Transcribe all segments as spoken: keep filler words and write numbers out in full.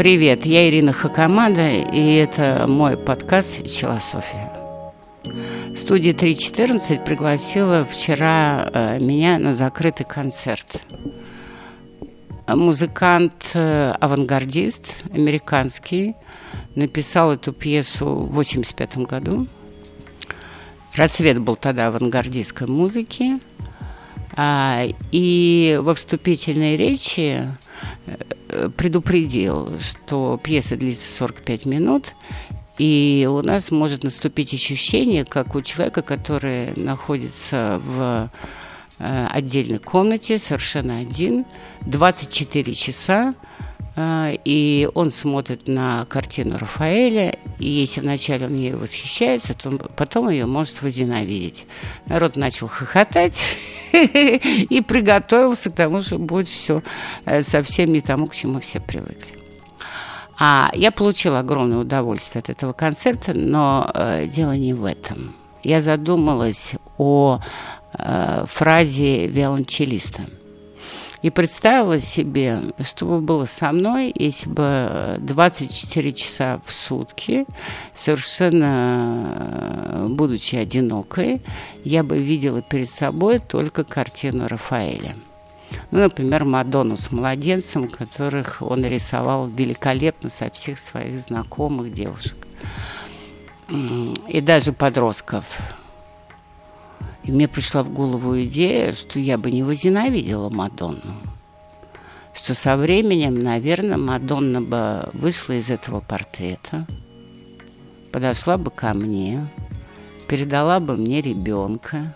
Привет, я Ирина Хакамада, и это мой подкаст «Челософия». Студия три четырнадцать пригласила вчера э, меня на закрытый концерт. Музыкант-авангардист американский написал эту пьесу в восемьдесят пятом году. Рассвет был тогда авангардистской музыки. А, и во вступительной речи предупредил, что пьеса длится сорок пять минут, и у нас может наступить ощущение, как у человека, который находится в э, отдельной комнате, совершенно один, двадцать четыре часа, э, и он смотрит на картину Рафаэля, и если вначале он ею восхищается, то он потом ее может возненавидеть. Народ начал хохотать и приготовился к тому, что будет все совсем не тому, к чему все привыкли. А я получила огромное удовольствие от этого концерта, но э, дело не в этом. Я задумалась о э, фразе виолончелиста и представила себе, что бы было со мной, если бы двадцать четыре часа в сутки, совершенно будучи одинокой, я бы видела перед собой только картину Рафаэля. Ну, например, Мадонну с младенцем, которых он рисовал великолепно со всех своих знакомых девушек. И даже подростков. И мне пришла в голову идея, что я бы не возненавидела Мадонну. Что со временем, наверное, Мадонна бы вышла из этого портрета, подошла бы ко мне, передала бы мне ребенка,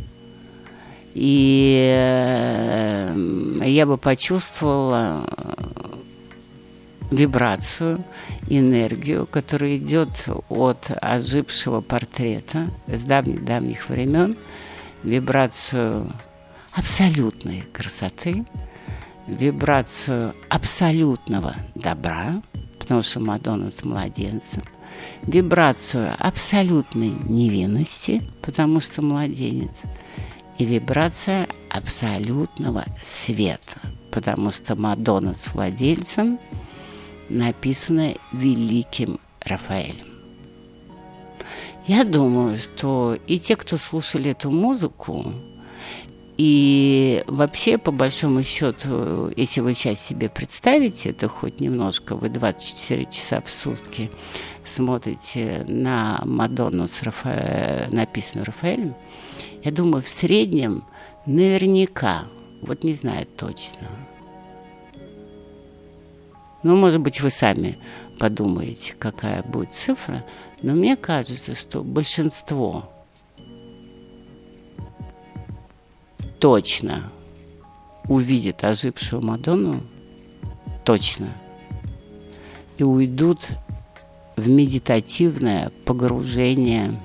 и я бы почувствовала вибрацию, энергию, которая идет от ожившего портрета с давних-давних времен, вибрацию абсолютной красоты, вибрацию абсолютного добра, потому что Мадонна с младенцем, вибрацию абсолютной невинности, потому что младенец, и вибрация абсолютного света, потому что Мадонна с владельцем написана великим Рафаэлем. Я думаю, что и те, кто слушали эту музыку, и вообще, по большому счету, если вы сейчас себе представите, это хоть немножко, вы двадцать четыре часа в сутки смотрите на Мадонну, с Рафа... написанную Рафаэлем, я думаю, в среднем наверняка, вот не знаю точно, ну, может быть, вы сами подумаете, какая будет цифра, но мне кажется, что большинство точно увидит ожившую Мадонну, точно, и уйдут в медитативное погружение,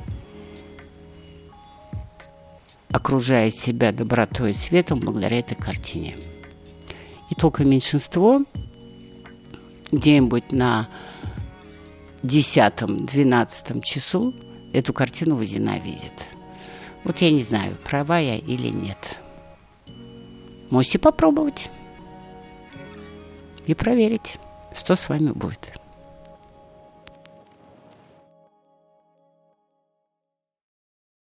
окружая себя добротой и светом благодаря этой картине. И только меньшинство где-нибудь на десятом-двенадцатом часу эту картину возненавидит. Вот я не знаю, права я или нет. Можете попробовать и проверить, что с вами будет.